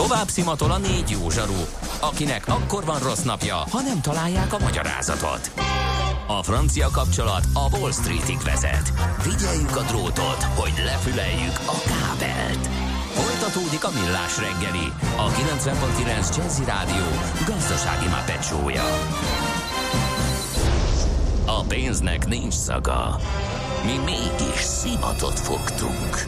Tovább szimatol a 4 jó zsaru, akinek akkor van rossz napja, ha nem találják a magyarázatot. A francia kapcsolat a Wall Streetig vezet. Figyeljük a drótot, hogy lefüleljük a kábelt. Folytatódik a Millás reggeli, a 90.9 Jazzy Rádió gazdasági mápecsója. A pénznek nincs szaga. Mi mégis szimatot fogtunk.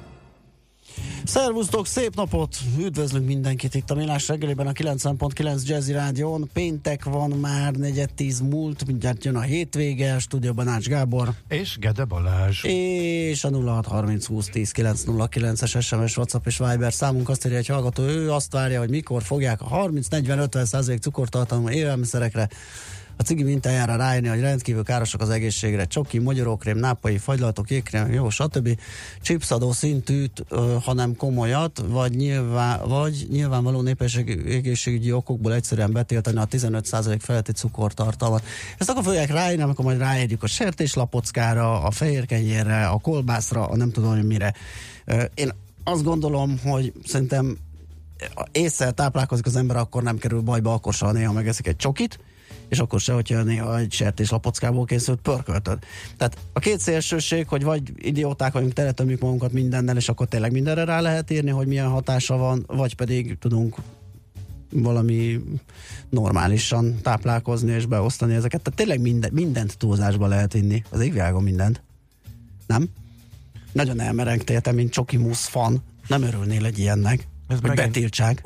Szervusztok, szép napot! Üdvözlünk mindenkit itt a Millás reggeliben, a 90.9 Jazzy Rádión. Péntek van már, 4:10 múlt, mindjárt jön a hétvége, a stúdióban Ács Gábor. És Gede Balázs. És a 0630 20 10 909-es SMS, WhatsApp és Viber számunk azt írja egy hallgató, ő azt várja, hogy mikor fogják a 30-40-50% cukortartalmú élelmiszerekre a cigi mintájára rájönni, hogy rendkívül károsak az egészségre. Csoki, mogyorókrém, nápai, fagylaltok, jégkrém, jó, stb. Chipsadó szintűt, hanem komolyat, vagy nyilvánvaló egészségügyi okokból egyszerűen betiltani a 15% feletti cukortartalmat. Ezt akkor fogják rájönni, amikor majd ráérjük a sertéslapockára, a fehérkenyérre, a kolbászra, a nem tudom, hogy mire. Én azt gondolom, hogy szerintem ésszel táplálkozik az ember, akkor nem kerül bajba, akkor soha néha megeszik egy csokit, és akkor se, hogyha néha egy sertéslapockából készült pörköltöd. Tehát a két szélsőség, hogy vagy idióták vagyunk, teletömjük magunkat mindennel, és akkor tényleg mindenre rá lehet írni, hogy milyen hatása van, vagy pedig tudunk valami normálisan táplálkozni és beosztani ezeket. Tehát tényleg mindent túlzásba lehet inni. Az égvilágon mindent. Nem? Nagyon elmerengtél te, mint csokimusz fan. Nem örülnél egy ilyennek, ez hogy betiltsák.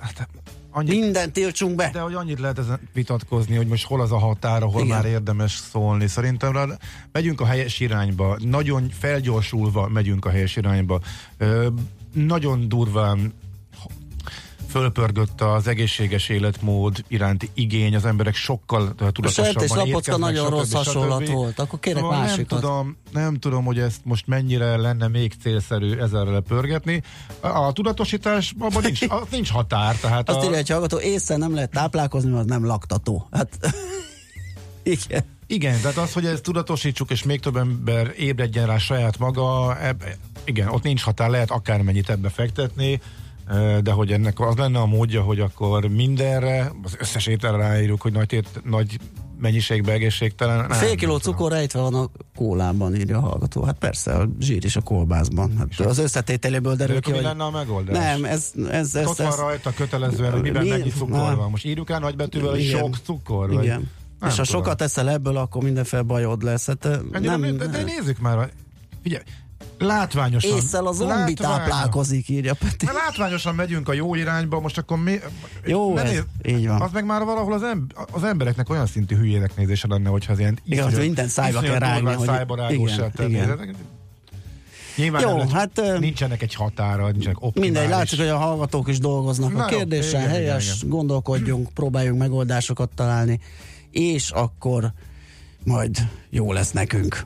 Mindent tiltsunk be. De hogy annyit lehet ezen vitatkozni, hogy most hol az a határ, ahol igen, már érdemes szólni. Szerintem megyünk a helyes irányba, nagyon felgyorsulva megyünk a helyes irányba. Nagyon durván fölpörgött az egészséges életmód iránti igény, az emberek sokkal tudatosabban étkeznek. A sertéslapocka nagyon rossz hasonlat volt, akkor kérek másikat. Nem tudom, hogy ezt most mennyire lenne még célszerű ezzel lepörgetni. A tudatosítás, abban nincs határ. Tehát azt írja egy hallgató, ésszel nem lehet táplálkozni, az nem laktató. Hát igen. Igen, tehát az, hogy ezt tudatosítsuk, és még több ember ébredjen rá saját maga, igen, ott nincs határ, lehet akármennyit ebbe fektetni, de hogy ennek az lenne a módja, hogy akkor mindenre, az összes ételre ráírjuk, hogy nagy mennyiségbe egészségtelen. Fél kiló cukor rejtve van a kólában, írja a hallgató. Hát persze, a zsír is a kolbászban. Hát az összetételéből derül ki, hogy... Mi lenne a megoldás? Nem, ez ott van rajta kötelezően, hogy miben mennyi cukor van. Most írjuk el nagybetűvel, hogy sok cukor? Vagy? Igen. Nem és ha sokat eszel ebből, akkor mindenféle bajod lesz. Hát, de nézzük már, figyelj, látványosan. Ésszel a zombi táplálkozik, írja Peti. Látványosan megyünk a jó irányba, most akkor mi... Jó, így van. Az meg már valahol az embereknek olyan szintű hülyének nézése lenne, hogyha az ilyen... Igen, hogy minden szájba kell rágni, hogy... Igen. Nyilván jó, hát nincsenek egy határa, nincsenek optimális. Mindegy, látszik, hogy a hallgatók is dolgoznak a kérdésen, igen, helyes, igen. Gondolkodjunk, próbáljunk megoldásokat találni, és akkor majd jó lesz nekünk.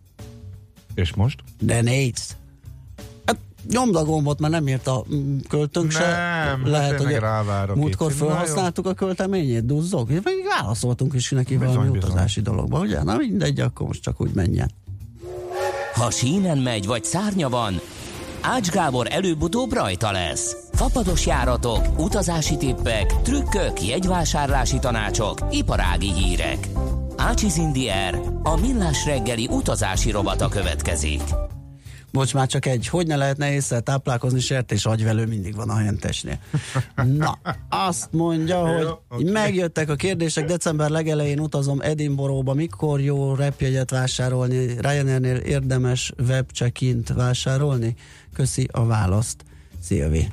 És most? De négy. Hát nyomd a gombot, mert nem írt a költőnk se. Nem, lehet, hogy múltkor felhasználtuk a költeményét, duzzog. Még válaszoltunk is neki valami utazási dologba, ugye? Na mindegy, akkor most csak úgy menjen. Ha sínen megy, vagy szárnya van, Ács Gábor előbb-utóbb rajta lesz. Fapados járatok, utazási tippek, trükkök, jegyvásárlási tanácsok, iparági hírek. Ácsiz in the Air, a Millás reggeli utazási rovata következik. Bocs, már csak egy. Hogy ne lehetne ésszel táplálkozni, sertés agyvelő mindig van a hentesnél. Na, azt mondja, hogy megjöttek a kérdések, december legelején utazom Edinburghba, mikor jó repjegyet vásárolni, Ryanairnél érdemes webcheck-int vásárolni? Köszi a választ, Szilvi.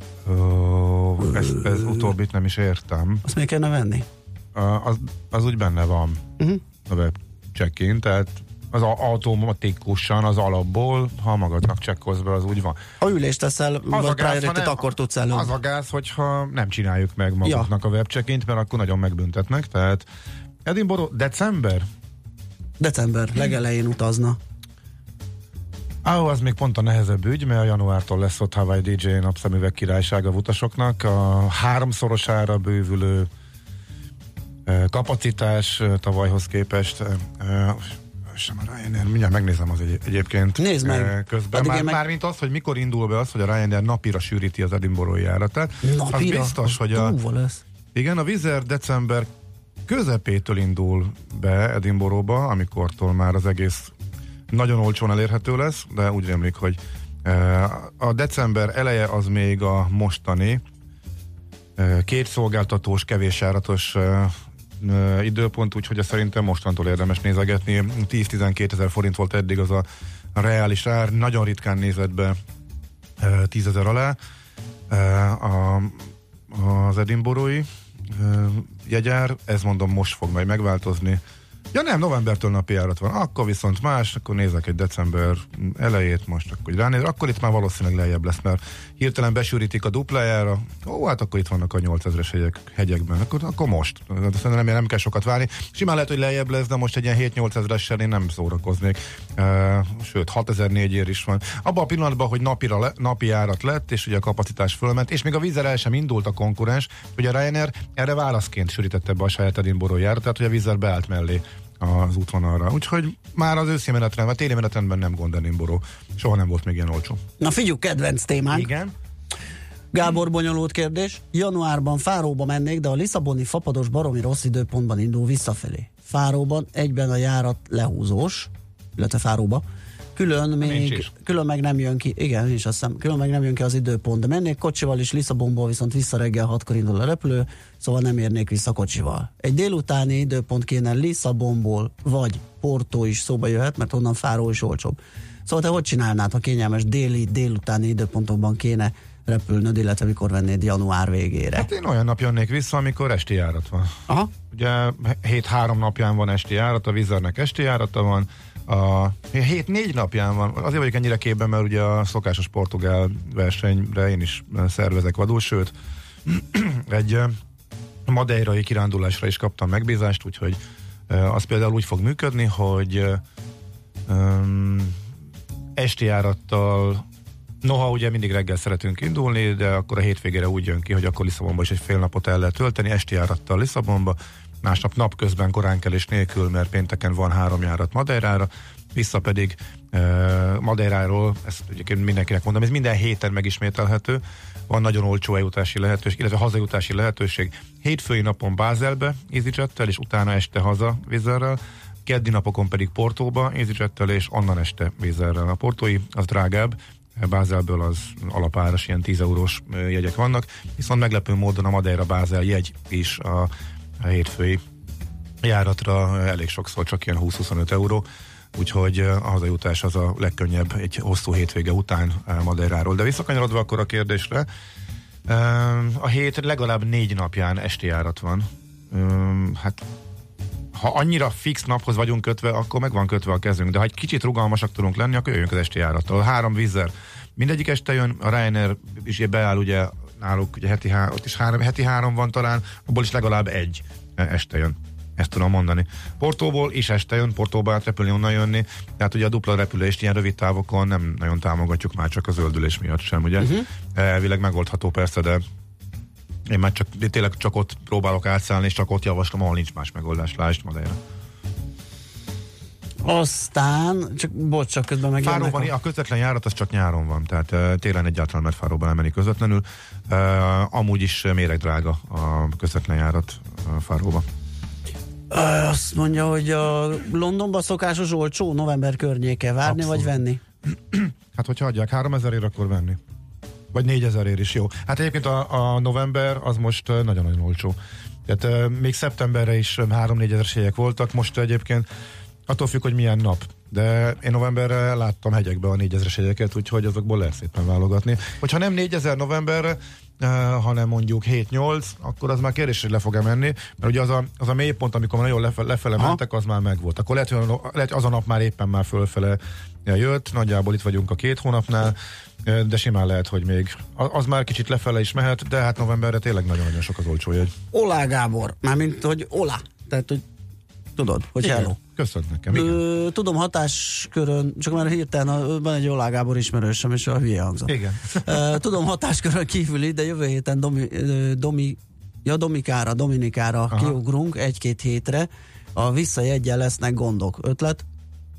Ez utóbbit nem is értem. Azt még kellene venni? Az úgy benne van a webcheck-in, tehát az automatikusan az alapból, ha magadnak csekkolsz be, az úgy van. Ha ülést teszel, vagy prioritet, akkor tudsz előbb. Az a gáz, hogyha nem csináljuk meg maguknak a webcheck-int, mert akkor nagyon megbüntetnek, tehát Edinburgh December legelején utazna. Az még pont a nehezebb ügy, mert a januártól lesz ott Hawaii DJ napszemüveg királysága utasoknak, a 3-szorosára bővülő kapacitás tavalyhoz képest Sem a Ryanair, mindjárt megnézem az egyébként. Nézd meg. Közben. Mármint az, hogy mikor indul be az, hogy a Ryanair napira sűríti az Edinburgh-i járatát. Napira? Az biztos, hogy a... lesz. Igen, a Wizz Air december közepétől indul be Edinburghba, amikortól már az egész nagyon olcsón elérhető lesz, de úgy rémlik, hogy a december eleje az még a mostani két szolgáltatós, kevés járatos időpont, úgyhogy szerintem mostantól érdemes nézegetni. 10-12 ezer forint volt eddig az a reális ár, nagyon ritkán nézett be 10 ezer alá az edinburghi jegyár, ez mondom most fog majd megváltozni. Ja nem, novembertől napi járat van, akkor viszont más, akkor nézek egy december elejét most, akkor ránéz, akkor itt már valószínűleg lejjebb lesz, mert hirtelen besűrítik a duplájára, hát akkor itt vannak a 8000-es hegyekben, akkor most. Szerintem nem kell sokat várni. Simán lehet, hogy lejjebb lesz, de most egy ilyen 7-8 ezeressel én nem szórakoznék. Sőt, 6004-ér is van. Abban a pillanatban, hogy napi járat lett, és ugye a kapacitás fölment, és még a Wizz Air el sem indult a konkurens, hogy a Ryanair erre válaszként sűrítette be a saját Edinburgh járatát, hogy a Wizz Air beállt mellé az útvonalra. Úgyhogy már az őszi menetrendben, a téli menetrendben nem gond Edinburgh. Soha nem volt még ilyen olcsó. Na figyelj, kedvenc témánk. Igen. Gábor, bonyolult kérdés. Januárban Fáróba mennék, de a lisszaboni fapados baromi rossz időpontban indul visszafelé. Fáróban egyben a járat lehúzós, illetve Fáróba. Külön meg nem jön ki, igen, és azt hiszem, külön meg nem jön ki az időpont, de mennék kocsival is Lisszabonból, viszont vissza reggel 6-kor indul a repülő, szóval nem érnék vissza kocsival. Egy délutáni időpont kéne Lisszabonból, vagy Porto is szóba jöhet, mert onnan Fáró is olcsóbb. Szóval te hogy csinálnád, ha kényelmes délutáni időpontokban kéne repülnöd, illetve mikor vennéd január végére? Hát én olyan nap jönnék vissza, amikor esti járat van. Aha. Ugye 7-3 napján van esti járat, a Wizz Airnek esti járata van, a 7-4 napján van, azért vagyok ennyire képben, mert ugye a szokásos portugál versenyre én is szervezek vadul, sőt egy madeirai kirándulásra is kaptam megbízást, úgyhogy az például úgy fog működni, hogy esti járattal, noha ugye mindig reggel szeretünk indulni, de akkor a hétvégére úgy jön ki, hogy akkor Lisszabonba is egy fél napot el lehet tölteni, esti járattal Lisszabonba, másnap napközben koránkelés nélkül, mert pénteken van 3 járat Madeirára, vissza pedig Madeiráról, ezt egyébként mindenkinek mondom, ez minden héten megismételhető, van nagyon olcsó eljutási lehetőség, illetve hazajutási lehetőség. Hétfői napon Bázelbe EasyJettel, és utána este haza Wizz Airrel, keddi napokon pedig Portóba EasyJettel, és onnan este Wizz Airrel. A portói az drágább, Bázelből az alapáras, ilyen 10 eurós jegyek vannak, viszont meglepő módon a Madeira-Bázel jegy is a hétfői járatra elég sokszor csak ilyen 20-25 euró, úgyhogy a hazajutás az a legkönnyebb egy hosszú hétvége után Madeiráról. De visszakanyarodva akkor a kérdésre, a hét legalább 4 napján esti járat van. Hát ha annyira fix naphoz vagyunk kötve, akkor meg van kötve a kezünk, de ha egy kicsit rugalmasak tudunk lenni, akkor jöjjünk az esti járattal. 3 Wizz Air, mindegyik este jön, a Ryanair is beáll ugye náluk, ugye heti 3 van talán, abból is legalább 1 este jön. Ezt tudom mondani. Portóból is este jön, Portóba átrepülni, onnan jönni, tehát ugye a dupla repülést ilyen rövid távokon nem nagyon támogatjuk, már csak a zöldülés miatt sem, ugye? Elvileg megoldható persze, de én már tényleg csak ott próbálok átszállni, és csak ott javaslom, ahol nincs más megoldás. Lásd Madeira. Aztán, csak közben meg Fáróban a közvetlen járat az csak nyáron van, tehát télen egyáltalán mert Fáróban nem menni közvetlenül. Amúgy is méregdrága a közvetlen járat Fáróba. Azt mondja, hogy a Londonban szokásos olcsó november környéke várni, abszolút. Vagy venni? Hát, hogyha adják 3000-ért, akkor venni. Vagy 4000-ért is jó. Hát egyébként a november az most nagyon-nagyon olcsó. Tehát még szeptemberre is 3-4 ezeres jegyek voltak, most egyébként attól függ, hogy milyen nap. De én novemberre láttam hegyekbe a 4000-es jegyeket, úgyhogy azokból lehet szépen válogatni. Hogyha nem 4000 novemberre, hanem mondjuk 7-8, akkor az már kérdés, hogy le fog-e menni, mert ugye az a mélypont, amikor nagyon lefele mentek, az már megvolt. Akkor lehet az a nap már éppen már fölfele jött, nagyjából itt vagyunk a 2 hónapnál, de simán lehet, hogy még az már kicsit lefele is mehet, de hát novemberre tényleg nagyon-nagyon sok az olcsó jegy. Olá Gábor, mármint, hogy olá, tehát, hogy tudod, hogy igen. Hello. Köszönöm nekem, igen. Tudom, hatáskörön, csak már hirtelen van egy Olá Gábor ismerősöm, és a hülye hangzott. Igen. Tudom, hatáskörön kívüli, de jövő héten Dominikára kiugrunk 1-2 hétre, a visszajeggyel lesznek gondok. Ötlet?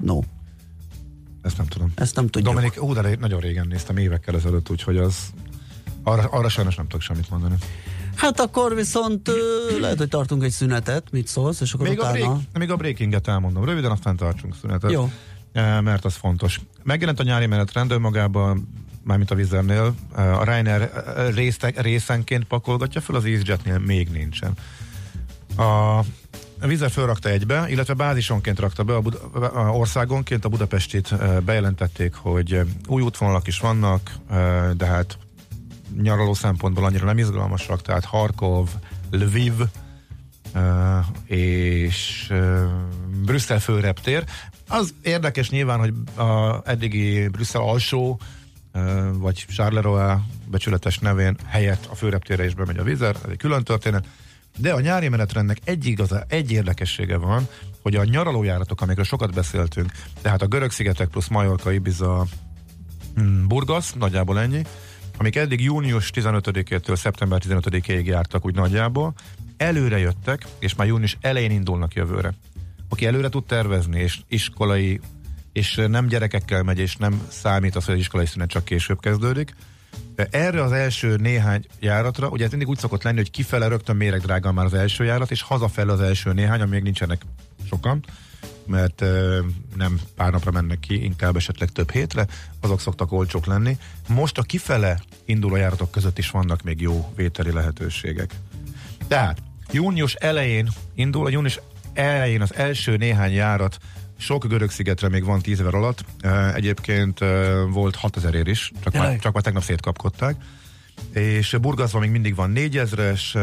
No. Ezt nem tudom. Ezt nem tudjuk. Dominik, de nagyon régen néztem, évekkel ezelőtt, úgyhogy az arra sajnos nem tudok semmit mondani. Hát akkor viszont lehet, hogy tartunk egy szünetet, mit szólsz, és akkor még a breakinget elmondom. Röviden, aztán tartsunk szünetet. Jó. Mert az fontos. Megjelent a nyári menetrend önmagában, mármint a Wizardnél, a Ryanair részenként pakolgatja fel, az EasyJetnél még nincsen. A Wizard fölrakta egybe, illetve bázisonként rakta be, országonként a Budapestit bejelentették, hogy új útvonalak is vannak, de hát nyaraló szempontból annyira nem izgalmasak, tehát Harkov, Lviv és Brüsszel főreptér. Az érdekes nyilván, hogy a eddigi Brüsszel alsó vagy Charleroi becsületes nevén helyett a főreptérre is bemegy a Wizard, ez egy külön történet. De a nyári menetrendnek egy érdekessége van, hogy a nyaralójáratok, amikről sokat beszéltünk, tehát a Görög-szigetek plusz Majorca, Ibiza, Burgas, nagyjából ennyi, amik eddig június 15-től szeptember 15-ig jártak úgy nagyjából, előre jöttek, és már június elején indulnak jövőre. Aki előre tud tervezni, és iskolai, és nem gyerekekkel megy, és nem számít az, hogy az iskolai szünet csak később kezdődik. Erre az első néhány járatra, ugye ez mindig úgy szokott lenni, hogy kifele rögtön méregdrága már az első járat, és hazafele az első néhány, amíg nincsenek sokan, mert nem pár napra mennek ki, inkább esetleg több hétre, azok szoktak olcsók lenni. Most a kifele induló járatok között is vannak még jó vételi lehetőségek. Tehát június elején indul, a június elején az első néhány járat, sok Görög-szigetre még van 10 év alatt, egyébként volt 6000 ér is, csak már tegnap szétkapkodták, és Burgasban még mindig van 4000-es,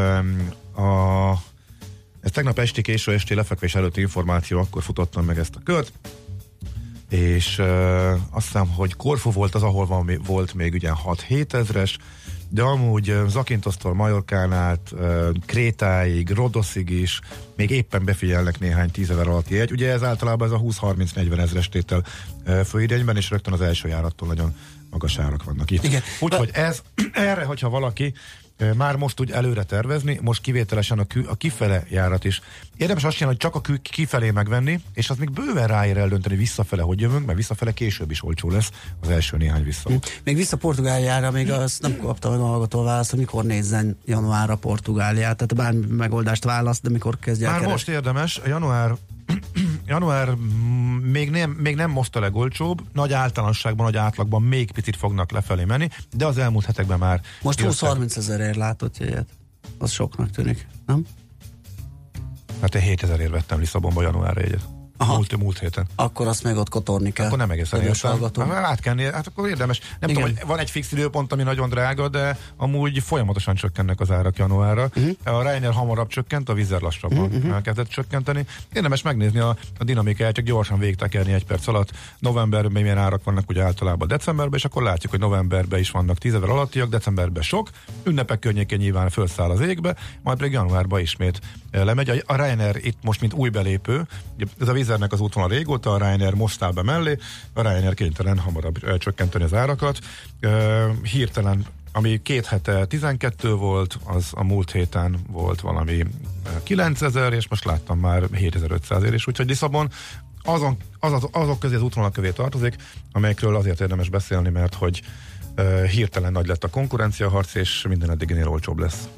ez tegnap késő esti lefekvés előtti információ, akkor futottam meg ezt a kört, és azt hiszem, hogy Korfu volt az, ahol volt még ugye 6-7 ezres, de amúgy Zakintostól Majorkán át, Krétáig, Rodoszig is még éppen befigyelnek néhány 10 ezer alatti jegy. Ugye ez általában ez a 20-30-40 ezres tétel főidényben, és rögtön az első járattól nagyon magas árak vannak itt. Úgyhogy erre, hogyha valaki már most tud előre tervezni, most kivételesen a kifele járat is. Érdemes azt csinálni, hogy csak a kifelé megvenni, és az még bőven ráér eldönteni visszafele, hogy jövünk, mert visszafele később is olcsó lesz az első néhány vissza. Még vissza Portugáliára, még azt nem kaptam meg a hallgató választ, hogy mikor nézzen januárra Portugáliát, tehát bármi megoldást választ, de mikor kezdje el keresni. Most érdemes, január még nem most a legolcsóbb, nagy általánosságban, nagy átlagban még picit fognak lefelé menni, de az elmúlt hetekben már... Most 20-30 ezerért látott jegyet. Az soknak tűnik, nem? Hát én 7000-ért vettem Lisszabonba januárra jegyet. Múlt héten. Akkor azt még ott kotorni kell. Akkor nem egészen értem. Át kell, hát akkor érdemes. Nem tudom, hogy van egy fix időpont, ami nagyon drága, de amúgy folyamatosan csökkennek az árak januárra. A Ryanair hamarabb csökkent, a Wizard lassabban elkezdett csökkenteni. Érdemes megnézni a dinamikáját, csak gyorsan végigtekerni egy perc alatt. Novemberben milyen árak vannak ugye általában decemberben, és akkor látjuk, hogy novemberben is vannak 10 ezer alattiak, decemberben sok, ünnepek környékén nyilván felszáll az égbe, majd pedig januárban ismét lemegy. A Ryanair itt most mint új belépő, ez a Wizardnek az útvonal régóta, a Ryanair most áll be mellé, a Ryanair kénytelen hamarabb csökkenteni az árakat. Hirtelen, ami 2 hete 12 volt, az a múlt héten volt valami 9000, és most láttam már 7500 ér is, úgyhogy Lisszabon azok közé az útvonalak közé tartozik, amelyekről azért érdemes beszélni, mert hogy hirtelen nagy lett a konkurenciaharc, és minden eddiginél olcsóbb lesz.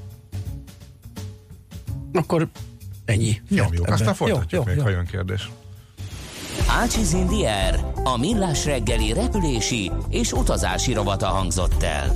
Akkor ennyi. Nyomjuk, aztán folytatjuk még, ha jön kérdés. Ácsiz Indiér, a millás reggeli repülési és utazási rovata hangzott el.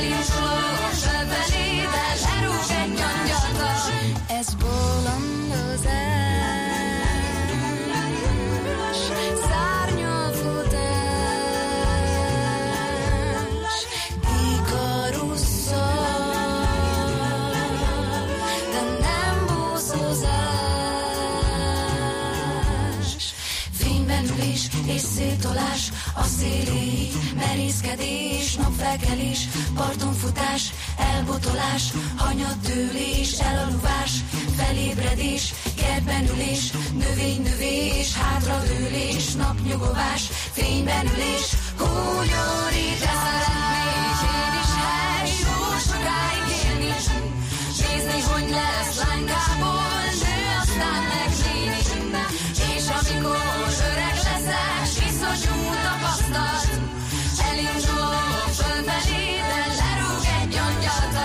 Elindulok fölfelé, de lerúg egy angyalt. Ez bolondozás, szárnyalfutás, Ikarusszal, de nem búszózás. Fényben ülés és szétolás, a széléig merészkedés, napfelkelés, parton futás, elbotolás, hanyattőlés, elaluvás, felébredés, kertben ülés, növénynövés, hátradőlés, napnyugovás, fényben ülés, hunyorítás. Én is hely, jó sokáig élni, nézni, hogy lesz lánykából nő, aztán meg néni. És amikor öreg leszek, iszonyú tapasztalt, elindulok fölfelé, de lerúg egy angyalt.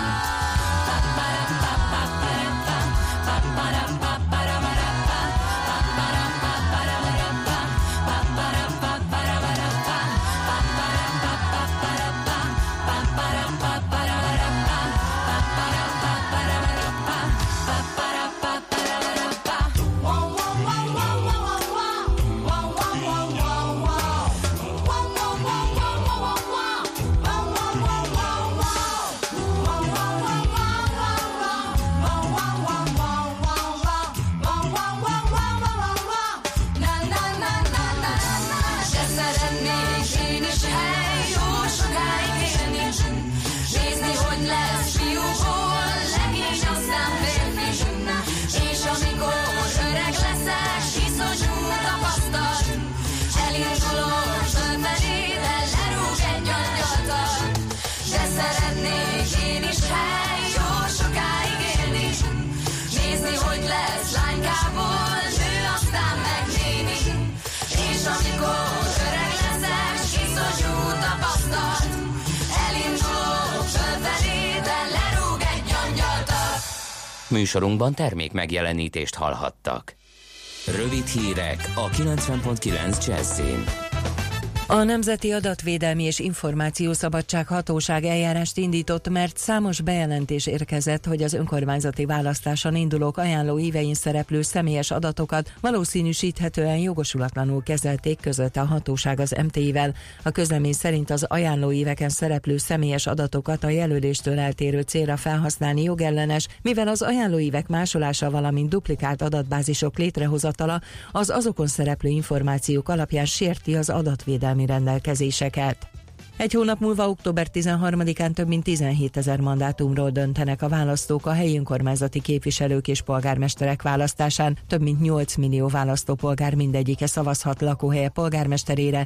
Műsorunkban termék megjelenítést hallhattak. Rövid hírek a 90.9 Jazzin. A Nemzeti Adatvédelmi és Információszabadság Hatóság eljárást indított, mert számos bejelentés érkezett, hogy az önkormányzati választáson indulók ajánló ívein szereplő személyes adatokat valószínűsíthetően jogosulatlanul kezelték, közölte a hatóság az MTI-vel. A közlemény szerint az ajánló íveken szereplő személyes adatokat a jelöléstől eltérő célra felhasználni jogellenes, mivel az ajánlóívek másolása, valamint duplikált adatbázisok létrehozatala az azokon szereplő információk alapján sérti az adatvédelmi rendelkezéseket. Egy hónap múlva, október 13-án több mint 17 000 mandátumról döntenek a választók a helyi önkormányzati képviselők és polgármesterek választásán. Több mint 8 millió választópolgár mindegyike szavazhat lakóhelye polgármesterére,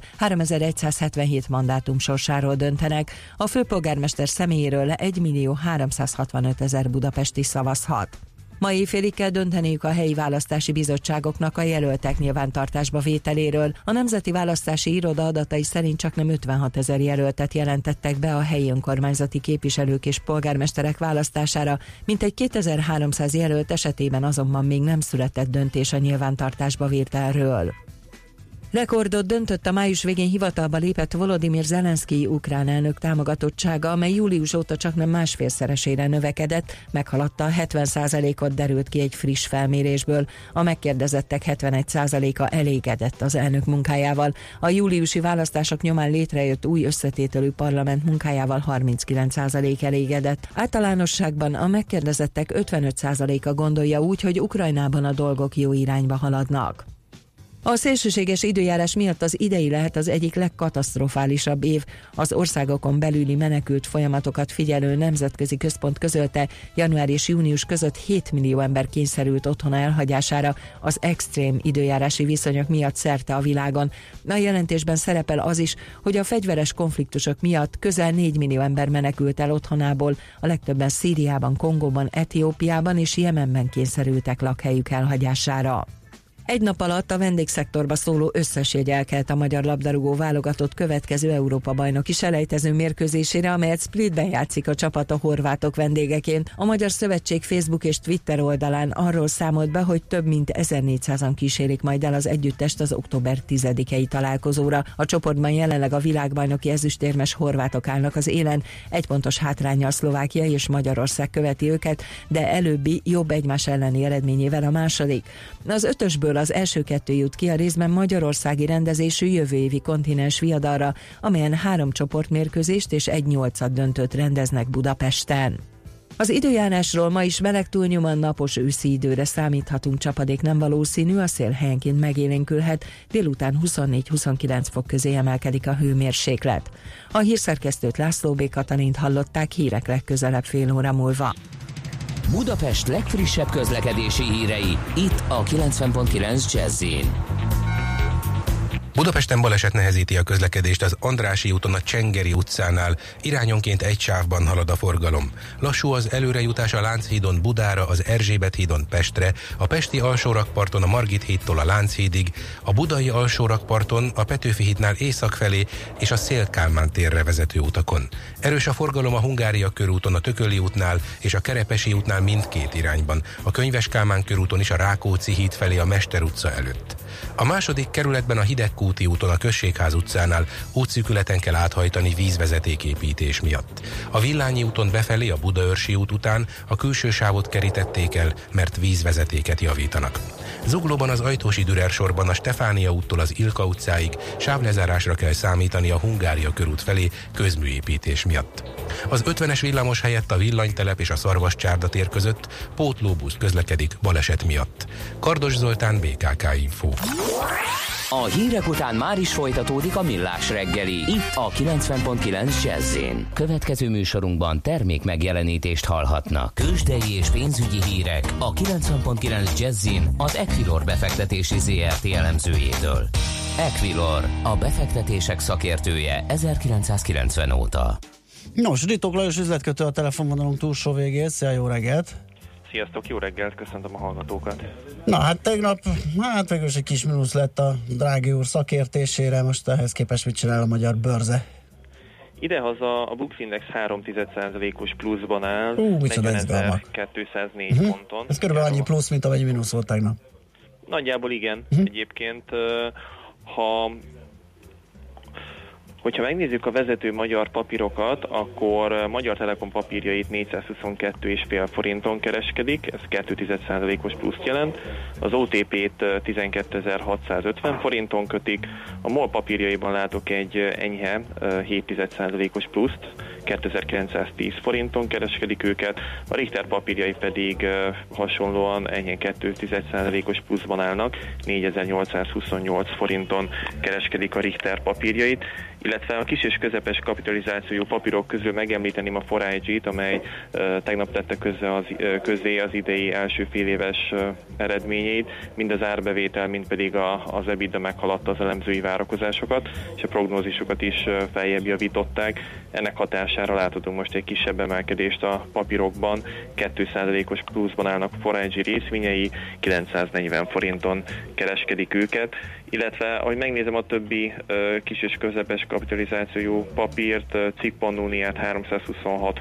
3177 mandátum sorsáról döntenek. A főpolgármester személyéről 1.365.000 budapesti szavazhat. Ma éjfélig kell dönteniük a helyi választási bizottságoknak a jelöltek nyilvántartásba vételéről. A Nemzeti Választási Iroda adatai szerint csaknem 56 000 jelöltet jelentettek be a helyi önkormányzati képviselők és polgármesterek választására, mintegy 2300 jelölt esetében azonban még nem született döntés a nyilvántartásba vételről. Rekordot döntött a május végén hivatalba lépett Volodymyr Zelenszkij ukrán elnök támogatottsága, amely július óta csaknem másfélszeresére növekedett, meghaladta a 70%-ot, derült ki egy friss felmérésből. A megkérdezettek 71%-a elégedett az elnök munkájával. A júliusi választások nyomán létrejött új összetételű parlament munkájával 39% elégedett. Általánosságban a megkérdezettek 55%-a gondolja úgy, hogy Ukrajnában a dolgok jó irányba haladnak. A szélsőséges időjárás miatt az idei lehet az egyik legkatasztrofálisabb év. Az országokon belüli menekült folyamatokat figyelő nemzetközi központ közölte, január és június között 7 millió ember kényszerült otthona elhagyására az extrém időjárási viszonyok miatt szerte a világon. A jelentésben szerepel az is, hogy a fegyveres konfliktusok miatt közel 4 millió ember menekült el otthonából, a legtöbben Szíriában, Kongóban, Etiópiában és Jemenben kényszerültek lakhelyük elhagyására. Egy nap alatt a vendégszektorba szóló összes jegy elkelt a magyar labdarúgó válogatott következő Európa-bajnoki selejtező mérkőzésére, amelyet Splitben játszik a csapat a horvátok vendégeként. A Magyar Szövetség Facebook és Twitter oldalán arról számolt be, hogy több mint 1400-an kísérik majd el az együttest az október 10-i találkozóra. A csoportban jelenleg a világbajnoki ezüstérmes horvátok állnak az élen, 1 pontos hátránnyal Szlovákia és Magyarország követi őket, de előbbi jobb egymás elleni eredményével a második. Az ötösből az első 2 jut ki a részben magyarországi rendezésű jövő évi kontinens viadalra, amelyen 3 csoportmérkőzést és 1/8 döntőt rendeznek Budapesten. Az időjárásról: ma is meleg túlnyomóan napos őszi időre számíthatunk, csapadék nem valószínű, a szél helyenként megélénkülhet, délután 24-29 fok közé emelkedik a hőmérséklet. A hírszerkesztőt, László B. Katalint hallották, hírek legközelebb fél óra múlva. Budapest legfrissebb közlekedési hírei, itt a 90.9 Jazz-in. Budapesten baleset nehezíti a közlekedést az Andrássy úton a Csengeri utcánál, irányonként egy sávban halad a forgalom. Lassú az előrejutás a Lánchídon Budára, az Erzsébet hídon Pestre, a pesti alsórakparton a Margit hídtól a Lánchídig, a budai alsórakparton a Petőfi hídnál észak felé és a Széll-Kálmán térre vezető utakon. Erős a forgalom a Hungária körúton a Tököli útnál és a Kerepesi útnál mindkét irányban, a Könyves Kálmán körúton is a Rákóczi híd felé a Mester utca előtt. A második kerületben a Hidegkúti úton a Községház utcánál útszűkületen kell áthajtani vízvezetéképítés miatt. A Villányi úton befelé a Budaörsi út után a külső sávot kerítették el, mert vízvezetéket javítanak. Zuglóban az Ajtósi Dürer sorban a Stefánia úttól az Ilka utcáig sávlezárásra kell számítani a Hungária körút felé közműépítés miatt. Az 50-es villamos helyett a Villanytelep és a Szarvascsárda tér között pótlóbusz közlekedik baleset miatt. Kardos Zoltán, BKK Info. A hírek után már is folytatódik a Millás reggeli, itt a 90.9 Jazz-in. Következő műsorunkban termék megjelenítést hallhatnak. Tőzsdei és pénzügyi hírek a 90.9 Jazz-in az Equilor befektetési ZRT elemzőjétől. Equilor, a befektetések szakértője 1990 óta. Nos, Ritók Lajos üzletkötő a telefonvonalunk túlsó végén. Szia, jó reggelt! Sziasztok, jó reggelt, köszöntöm a hallgatókat. Na hát tegnap, végül egy kis mínusz lett a Drági úr szakértésére, most ehhez képest mit csinál a magyar bőrze? Idehaza a Bux Index 0,3%-os pluszban áll, 40.204 ponton. Ez körülbelül annyi plusz, mint amennyi mínusz volt tegnap. Nagyjából igen, egyébként hogyha megnézzük a vezető magyar papírokat, akkor Magyar Telekom papírjait 422,5 forinton kereskedik, ez 2,1%-os pluszt jelent. Az OTP-t 12.650 forinton kötik, a MOL papírjaiban látok egy enyhe 7,1%-os pluszt, 2910 forinton kereskedik őket, a Richter papírjai pedig hasonlóan enyhén 2,1%-os pluszban állnak, 4828 forinton kereskedik a Richter papírjait, illetve a kis és közepes kapitalizációjú papírok közül megemlíteném a 4IG-t, amely tegnap tette közzé az idei első féléves eredményeit, mind az árbevétel, mind pedig az EBITDA meghaladta az elemzői várakozásokat, és a prognózisokat is feljebb javították. Ennek hatására láthatunk most egy kisebb emelkedést a papírokban, 2%-os pluszban állnak a 4IG részvényei, 940 forinton kereskedik őket, illetve ahogy megnézem a többi kis és közepes kapitalizációjú papírt, Cikkpannóniát 326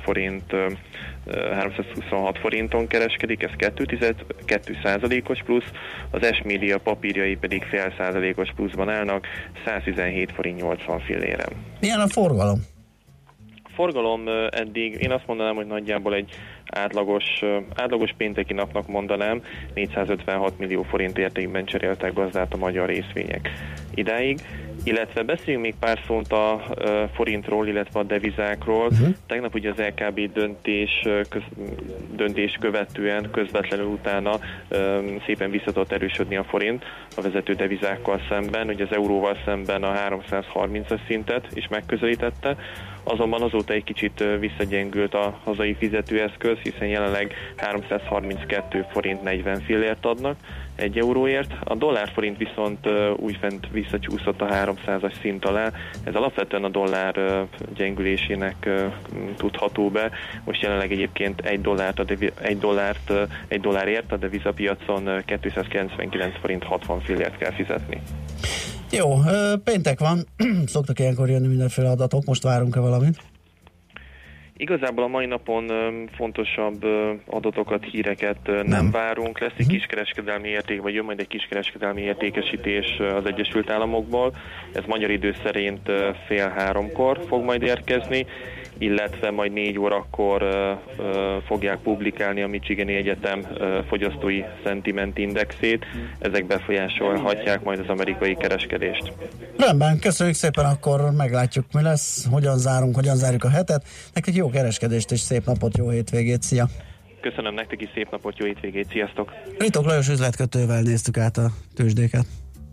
forinton kereskedik, ez 2%-os plusz, az S-Media papírjai pedig 0,5%-os pluszban állnak, 117 forint 80 fillére. Milyen a forgalom? Forgalom eddig, én azt mondanám, hogy nagyjából egy átlagos pénteki napnak mondanám, 456 millió forint értékben cseréltek gazdát a magyar részvények idáig. Illetve beszéljünk még pár szót a forintról, illetve a devizákról. Tegnap ugye az LKB döntés követően, közvetlenül utána szépen vissza tudott erősödni a forint a vezető devizákkal szemben. Ugye az euróval szemben a 330-as szintet is megközelítette, azonban azóta egy kicsit visszagyengült a hazai fizetőeszköz, hiszen jelenleg 332 forint 40 fillért adnak, 1 euróért. A dollár-forint viszont újfent visszacsúszott a 300-as szint alá. Ez alapvetően a dollár gyengülésének tudható be. Most jelenleg egyébként egy dollárért a devizapiacon 299 forint 60 fillért kell fizetni. Jó, péntek van, szoktak ilyenkor jönni mindenféle adatok, most várunk-e valamit? Igazából a mai napon fontosabb adatokat, híreket nem várunk. Lesz egy kiskereskedelmi érték, vagy jön majd egy kiskereskedelmi értékesítés az Egyesült Államokból. Ez magyar idő szerint 2:30 fog majd érkezni, illetve majd 4 órakor fogják publikálni a Michigani Egyetem fogyasztói szentiment indexét. Ezek befolyásolhatják majd az amerikai kereskedést. Rendben, köszönjük szépen, akkor meglátjuk, mi lesz, hogyan zárjuk a hetet. Nektek jó kereskedést és szép napot, jó hétvégét, szia! Köszönöm nektek is, szép napot, jó hétvégét, sziasztok! Ritók Lajos üzletkötővel néztük át a tőzsdéket.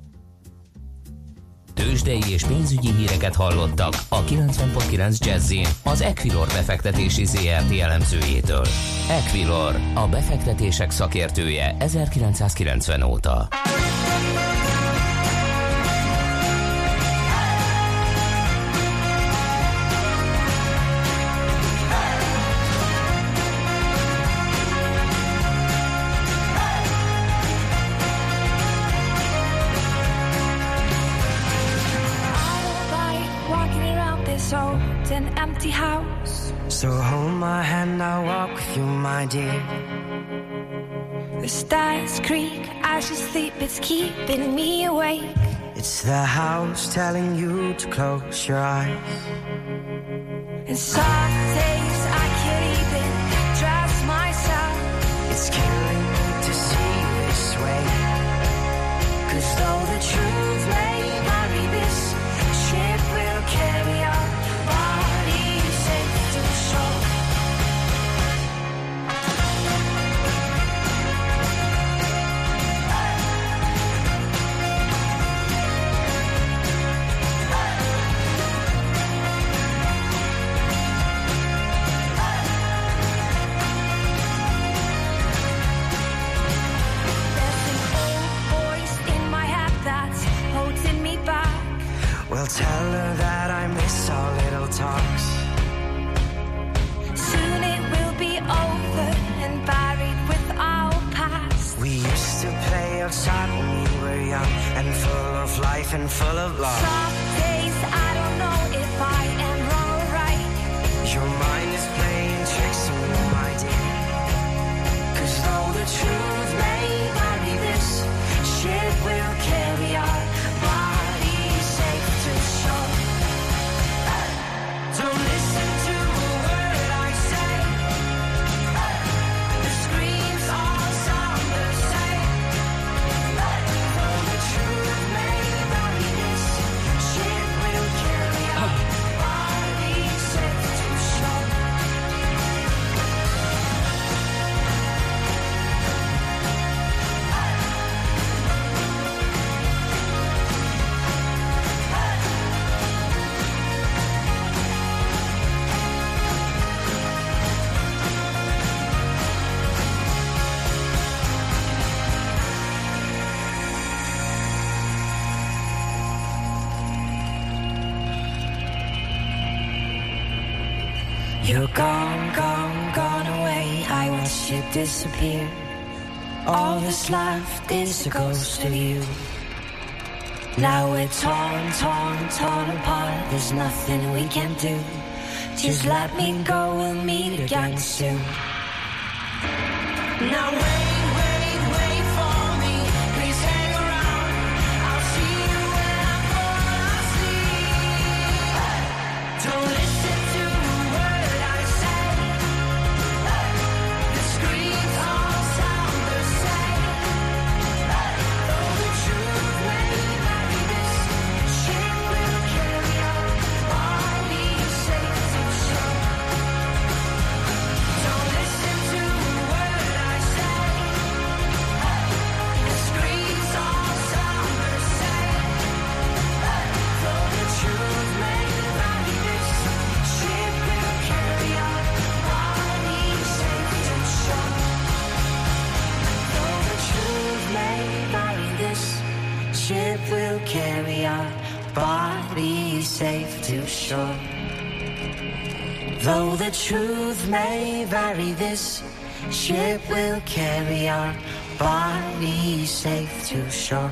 Tőzsdei és pénzügyi híreket hallottak a 90.9 Jazz-in az Equilor befektetési ZRT elemzőjétől. Equilor, a befektetések szakértője 1990 óta. Empty house. So hold my hand, I'll walk with you, my dear. The stars creak as you sleep, it's keeping me awake. It's the house telling you to close your eyes. And some days I can't even trust myself. It's killing me to see you this way. 'Cause though the truth may vary, this ship will carry on. Tell her that I miss our little talks. Soon it will be over and buried with our past. We used to play outside when we were young and full of life and full of love. Some days I don't know if I am wrong or right. Your mind is playing tricks on me, my dear. 'Cause though the truth may vary, this ship will carry on. Don't listen to a word I say. The screams all sound the same. Though the truth may vary, this ship will carry on. Body safe to shore. You're gone, gone, gone away. I watched you disappear. All that's left is a ghost of you. Now we're torn, torn, torn apart. There's nothing we can do. Just let me go, we'll meet again soon. Now wait, wait, wait for me. Please hang around. I'll see you when I fall asleep. Don't listen to a word I say. The screams all sound the same. Though the truth may vary, this ship will carry on. Body safe to shore. Don't listen to a word I say. safe to shore. Though the truth may vary, this ship will carry our bodies safe to shore.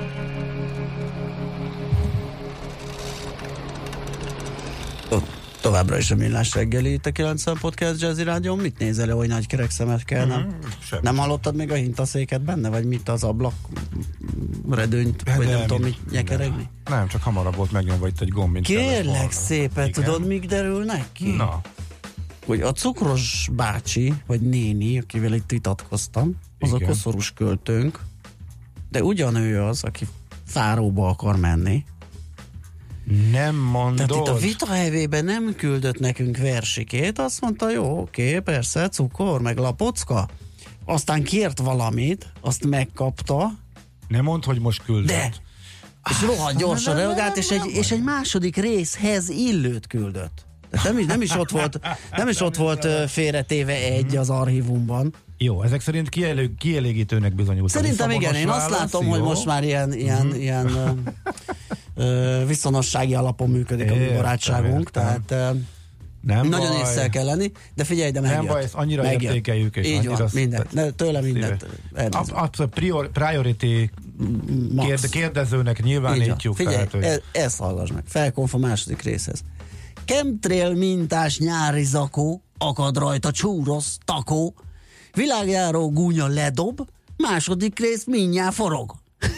Továbbra is a Millás reggeli, itt a 90 Podcast Jazzy Rádion. Mit nézel le, hogy nagy kerek szemet kell? Nem hallottad még a hintaszéket benne? Vagy mit, az ablak redőnyt? Vagy nem tudom, mit nyekeregni? Nem, csak hamarabb volt megnyomva itt egy gomb, mint kérlek szépen, tudod, mik derülnek ki? Na. Hogy a cukros bácsi, vagy néni, akivel itt vitatkoztam, az igen, a koszorús költőnk, de ugyanő az, aki Fáróba akar menni. Nem mondod. Tehát itt a vitahevében nem küldött nekünk versikét, azt mondta, jó, oké, persze, cukor, meg lapocka. Aztán kért valamit, azt megkapta. Nem mondd, hogy most küldött. De. És rohadt gyorsan reagált, és egy második részhez illőt küldött. Nem is ott volt félretéve egy az archívumban. Jó, ezek szerint kielégítőnek bizonyult. Szerintem igen, én azt látom, hogy most már ilyen viszonossági alapon működik a mi barátságunk, tehát nem nagyon észre kell lenni, de figyelj, de megjött. Nem baj, ezt annyira értékeljük, és így annyira... van, mindent, tőle mindent. Priority kérdezőnek nyilvánítjuk. Figyelj, tehát, ezt hallgass meg. Felkonf a második részhez. Chemtrail mintás nyári zakó, akad rajta csúrosz, takó, világjáró gúnya ledob, második rész mindjárt forog.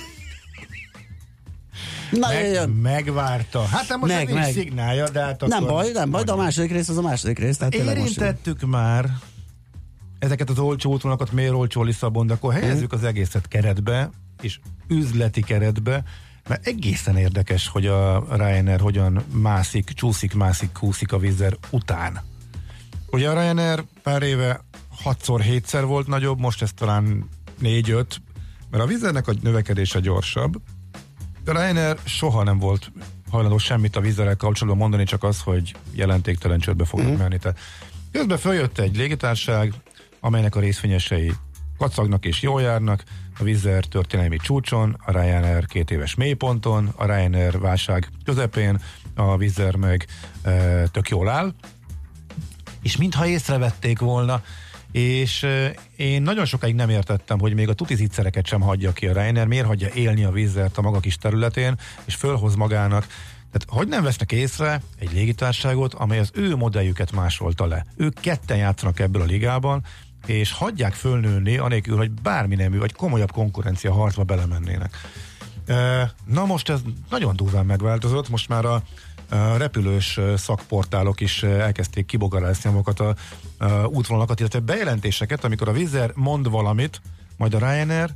Na, megvárta. Hát nem most nincs szignálja, de hát nem baj, de a második rész az a második rész. Tehát érintettük már ezeket az olcsó útvonalakat, miért olcsó Lisszabon, de akkor helyezzük az egészet keretbe, és üzleti keretbe, mert egészen érdekes, hogy a Ryanair hogyan kúszik a Wizz Air után. Ugye a Ryanair pár éve 6-7-szer volt nagyobb, most ez talán 4-5, mert a Wizz Airnek a növekedése gyorsabb, de a Ryanair soha nem volt hajlandó semmit a Wizz Airrel kapcsolatban mondani, csak az, hogy jelentéktelen csődbe fognak menni. Tehát közben följött egy légitársaság, amelynek a részvényesei kacagnak és jól járnak, a Wizz Air történelmi csúcson, a Ryanair 2 éves mélyponton, a Ryanair válság közepén, a Wizz Air meg tök jól áll, és mintha észrevették volna, és én nagyon sokáig nem értettem, hogy még a tutizicsereket sem hagyja ki a Ryanair, miért hagyja élni a Wizz Air-t a maga kis területén, és fölhoz magának. Tehát hogy nem vesznek észre egy légitársaságot, amely az ő modelljüket másolta le. Ők ketten játszanak ebből a ligában, és hagyják fölnőni, anélkül, hogy bármi nemű, vagy komolyabb konkurencia harcba belemennének. Na most ez nagyon durván megváltozott, most már a repülős szakportálok is elkezdték kibogarászni magukat a útvonalakat, illetve bejelentéseket, amikor a Wizz Air mond valamit, majd a Ryanair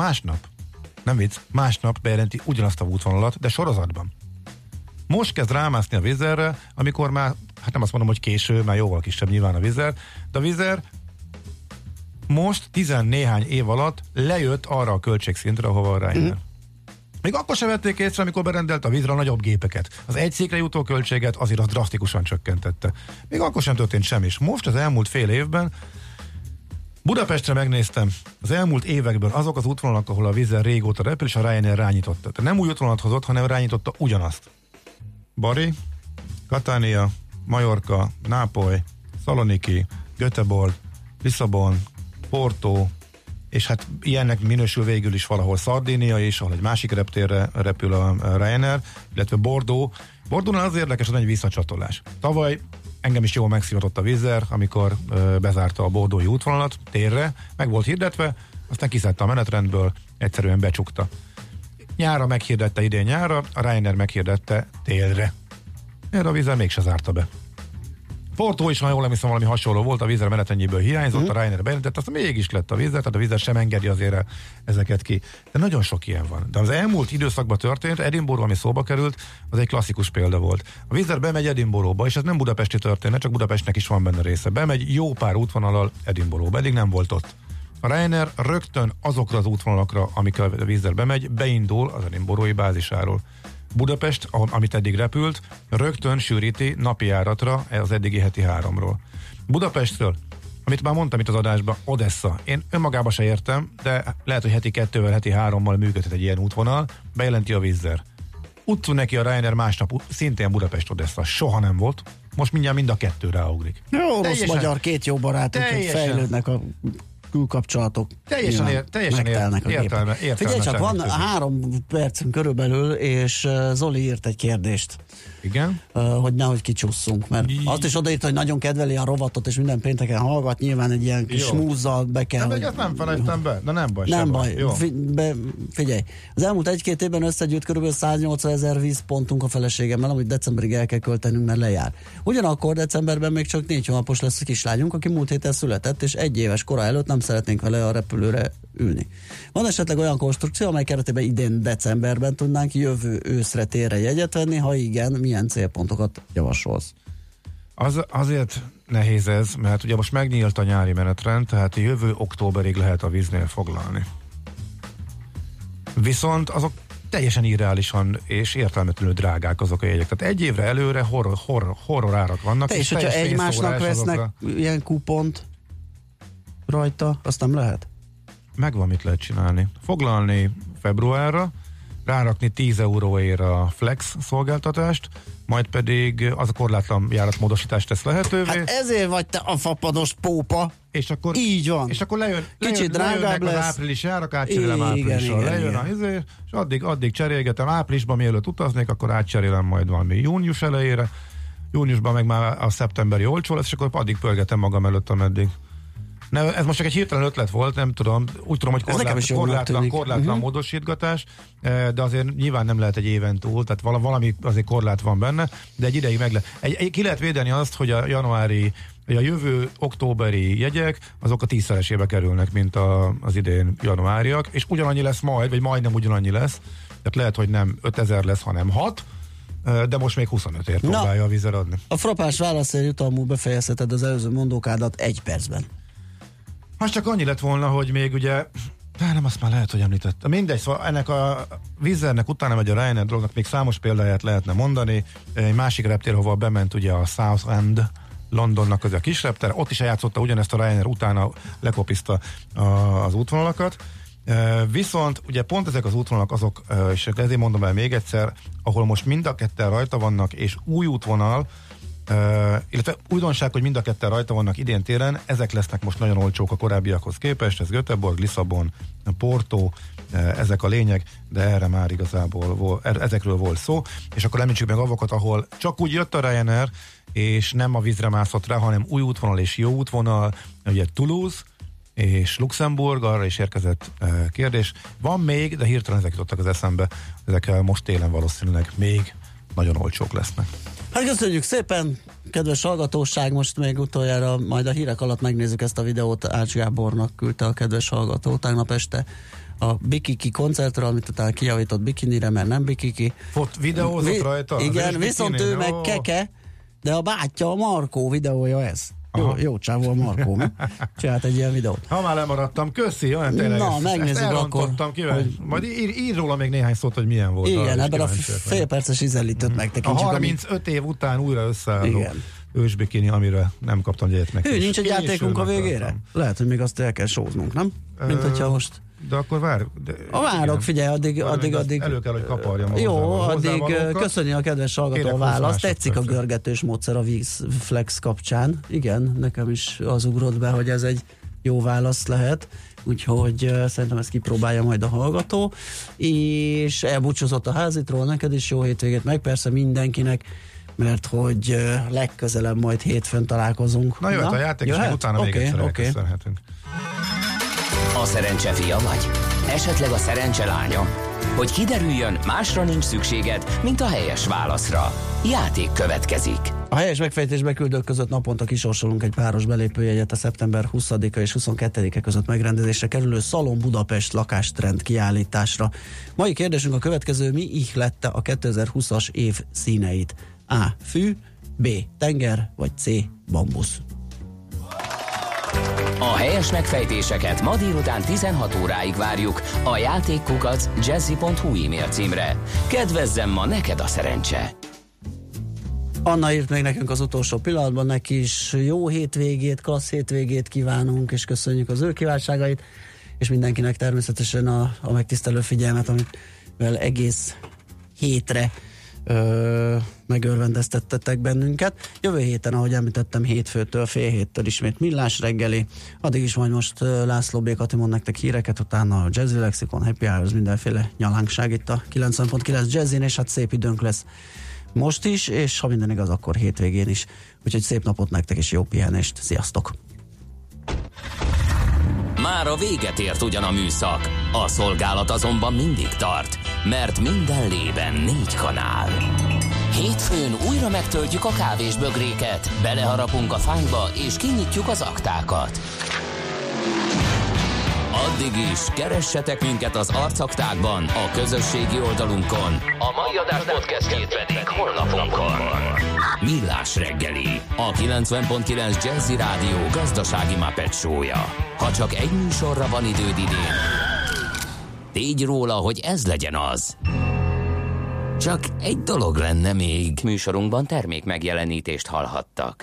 másnap bejelenti ugyanazt a útvonalat, de sorozatban. Most kezd rámászni a Wizz Airre, amikor már, hát nem azt mondom, hogy késő, már jóval kisebb nyilván a Wizz Air, de a Wizz Air most 10-néhány év alatt lejött arra a költségszintre, ahova a Ryanair. Még akkor sem vették észre, amikor berendelt a Wizz Air a nagyobb gépeket. Az egy székre jutó költséget azért az drasztikusan csökkentette. Még akkor sem történt semmi. És most az elmúlt fél évben Budapestre megnéztem, az elmúlt években azok az útvonalak, ahol a Wizz Air régóta repül, és a Ryanair rányította. Tehát nem új útvonalat hozott, hanem rányította ugyanazt. Bari, Catania, Majorca, Nápoly, Szaloniki, Göteborg, Lisszabon, Porto, és hát ilyennek minősül végül is valahol Szardínia is, ahol egy másik reptérre repül a Ryanair, illetve Bordeaux. Bordeauxnál az érdekes, hogy egy visszacsatolás. Tavaly engem is jól megszívatott a Wizz Air, amikor bezárta a bordeauxi útvonalat térre, meg volt hirdetve, aztán kiszedte a menetrendből, egyszerűen becsukta. Nyára meghirdette idén nyára, a Ryanair meghirdette télre. Erre a Wizz Air mégse zárta be. Porto is, ha jól emlékszem, valami hasonló volt, a Wizz Air menetrendjéből hiányzott, a Ryanair bejelentett, aztán mégis lett a Wizz Air, tehát a Wizz Air sem engedi azért ezeket ki. De nagyon sok ilyen van. De az elmúlt időszakban történt, Edinburgh, ami szóba került, az egy klasszikus példa volt. A Wizz Air bemegy Edinburghba, és ez nem budapesti történet, csak Budapestnek is van benne része. Bemegy jó pár útvonallal Edinburghba, eddig nem volt ott. A Ryanair rögtön azokra az útvonalakra, amikkel a Wizz Air bemegy, beindul az edinburghi bázisáról. Budapest, amit eddig repült, rögtön sűríti napi járatra az eddigi heti 3-ról. Budapestről, amit már mondtam itt az adásban, Odessa. Én önmagába se értem, de lehet, hogy heti 2-vel, heti 3-mal működhet egy ilyen útvonal, bejelenti a Wizz Air. Utcú neki a Ryanair másnap szintén Budapest-Odessa. Soha nem volt. Most mindjárt mind a kettő ráugrik. Jó, rossz-magyar, két jó barát, úgyhogy fejlődnek a külkapcsolatok. Teljesen értelme. Figyelj csak, van 3 percünk körülbelül, és Zoli írt egy kérdést. Igen? Hogy nehogy kicsúszunk, mert azt is odaírt, hogy nagyon kedveli a rovatot, és minden pénteken hallgat, nyilván egy ilyen kis smúzzal be kell. Nem, ezt nem felejtem be, de nem baj. Nem baj. Figyelj, az elmúlt 1-2 évben összegyűjt kb. 180 000 vízpontunk a feleségemmel, amit decemberig el kell költenünk, mert lejár. Ugyanakkor decemberben még csak 4 hónapos lesz a kislányunk, aki múlt héten született, és 1 éves kora előtt nem szeretnénk vele a repülőre ülni. Van esetleg olyan konstrukció, amely keretében idén decemberben tudnánk jövő őszre térre jegyet venni, ha igen, milyen célpontokat javasolsz? Azért nehéz ez, mert ugye most megnyílt a nyári menetrend, tehát jövő októberig lehet a víznél foglalni. Viszont azok teljesen irreálisan és értelmetlenül drágák azok a jegyek. Tehát 1 évre előre horror árak vannak. És hogyha egymásnak vesznek ilyen kupont rajta, azt nem lehet? Megvan, mit lehet csinálni. Foglalni februárra, rárakni 10 euróért a Flex szolgáltatást, majd pedig az a korlátlan járatmódosítást tesz lehetővé. Hát ezért vagy te a fapados pópa. És akkor, így van. És akkor kicsit drágább lesz. Az április járak, átcserélem áprilisra. Lejön a izé, és addig cserélgetem. Áprilisban mielőtt utaznék, akkor átcserélem majd valami június elejére. Júniusban meg már a szeptemberi olcsó lesz, és akkor addig pörgetem magam előtt, ameddig. Ez most csak egy hirtelen ötlet volt, nem tudom. Úgy tudom, hogy korlátlan módosítgatás, de azért nyilván nem lehet egy éven túl, tehát valami azért korlát van benne, de egy ideig meg lehet. Ki lehet védeni azt, hogy a januári, vagy a jövő októberi jegyek, azok a 10-szeresébe kerülnek, mint az idén januáriak, és ugyanannyi lesz majd, vagy majdnem ugyanannyi lesz, tehát lehet, hogy nem 5000 lesz, hanem 6, de most még 25-ért próbálja a vízzel adni. A frappás válaszért jutalmul befejezheted az előző mondókádat 1 percben. Most csak annyi lett volna, hogy még ugye, de nem, azt már lehet, hogy említett. Mindegy, szóval ennek a Wizzairnek utána megy a Ryanair dolognak, még számos példáját lehetne mondani. Egy másik reptér, hova bement ugye a Southend, Londonnak az a kis reptér, ott is eljátszotta ugyanezt a Ryanair, utána lekopiszta az útvonalakat. Viszont ugye pont ezek az útvonalak azok, és ezért mondom el még egyszer, ahol most mind a ketten rajta vannak, és új útvonal, illetve újdonság, hogy mind a ketten rajta vannak idén téren, ezek lesznek most nagyon olcsók a korábbiakhoz képest, ez Göteborg, Lisszabon, Porto, ezek a lényeg, de erre már igazából ezekről volt szó, és akkor említsük meg avokat, ahol csak úgy jött a Ryanair, és nem a vízre mászott rá, hanem új útvonal és jó útvonal, ugye Toulouse és Luxemburg, arra is érkezett kérdés. Van még, de hirtelen ezek jutottak az eszembe, ezek most télen valószínűleg még nagyon olcsók lesznek. Hát köszönjük szépen, kedves hallgatóság, most még utoljára, majd a hírek alatt megnézzük ezt a videót, Ács Gábornak küldte a kedves hallgató tegnap este a Bikiki koncertről, amit utána kijavított bikinire, mert nem bikiki. Videózott rajta? Igen, viszont ő meg keke, de a bátyja, a Markó videója ez. Jó csávó a Markó, mi? Csinált egy ilyen videót. Ha már lemaradtam, köszi, olyan tényleg. Na, megnézzük akkor. Hogy... Majd ír róla még néhány szót, hogy milyen volt. Igen, ebben a félperces ízelítőt megtekintsük. A 35 év után újra összeálló ősbikini, amire nem kaptam jegyet meg. Nincs egy játékunk a végére? Lehet, hogy még azt el kell sóznunk, nem? Mint hogyha most... De akkor várj. Várok, figyelj, addig. Elő kell, hogy kaparjam. Jó, addig köszönjük a kedves hallgató a választ. Tetszik a görgetős módszer a Vízflex kapcsán. Igen, nekem is az ugrott be, hogy ez egy jó válasz lehet. Úgyhogy szerintem ezt kipróbálja majd a hallgató. És elbúcsúzott a házitról, neked is jó hétvégét, meg persze mindenkinek, mert hogy legközelebb majd hétfőn találkozunk. Na jöhet a játék, és még utána még egyszer elköszönhetünk. A szerencse fia vagy? Esetleg a szerencse lánya? Hogy kiderüljön, másra nincs szükséged, mint a helyes válaszra. Játék következik. A helyes megfejtésbe küldők között naponta kisorsolunk egy páros belépőjegyet a szeptember 20-a és 22-e között megrendezésre kerülő Szalon Budapest lakástrend kiállításra. Mai kérdésünk a következő: mi ihlette a 2020-as év színeit? A. Fű, B. Tenger, vagy C. Bambusz? A helyes megfejtéseket ma délután 16 óráig várjuk a játékkukac@jazzy.hu e-mail címre. Kedvezzem ma neked a szerencse! Anna írt még nekünk az utolsó pillanatban, neki is jó hétvégét, klassz hétvégét kívánunk, és köszönjük az ő kívánságait, és mindenkinek természetesen a megtisztelő figyelmet, amivel egész hétre megörvendeztettetek bennünket. Jövő héten, ahogy említettem, hétfőtől fél héttől ismét Millás reggeli. Addig is majd most László B. Kati mond nektek híreket, utána a Jazzy Lexikon, Happy Hours, mindenféle nyalánkság itt a 90.9 Jazzin, és hát szép időnk lesz most is, és ha minden igaz, akkor hétvégén is. Úgyhogy szép napot nektek, és jó pihenést. Sziasztok! Már a véget ért ugyan a műszak, a szolgálat azonban mindig tart, mert minden lében 4 kanál. Hétfőn újra megtöltjük a kávésbögréket, beleharapunk a fányba és kinyitjuk az aktákat. Addig is keressetek minket az arcaktákban, a közösségi oldalunkon, a mai adás podcastjét pedig honlapunkon. Millás reggeli, a 90.9 Jazzy Rádió gazdasági Muppet show-ja. Ha csak egy műsorra van időd idén, tégy róla, hogy ez legyen az. Csak egy dolog lenne még. Műsorunkban termék megjelenítést hallhattak.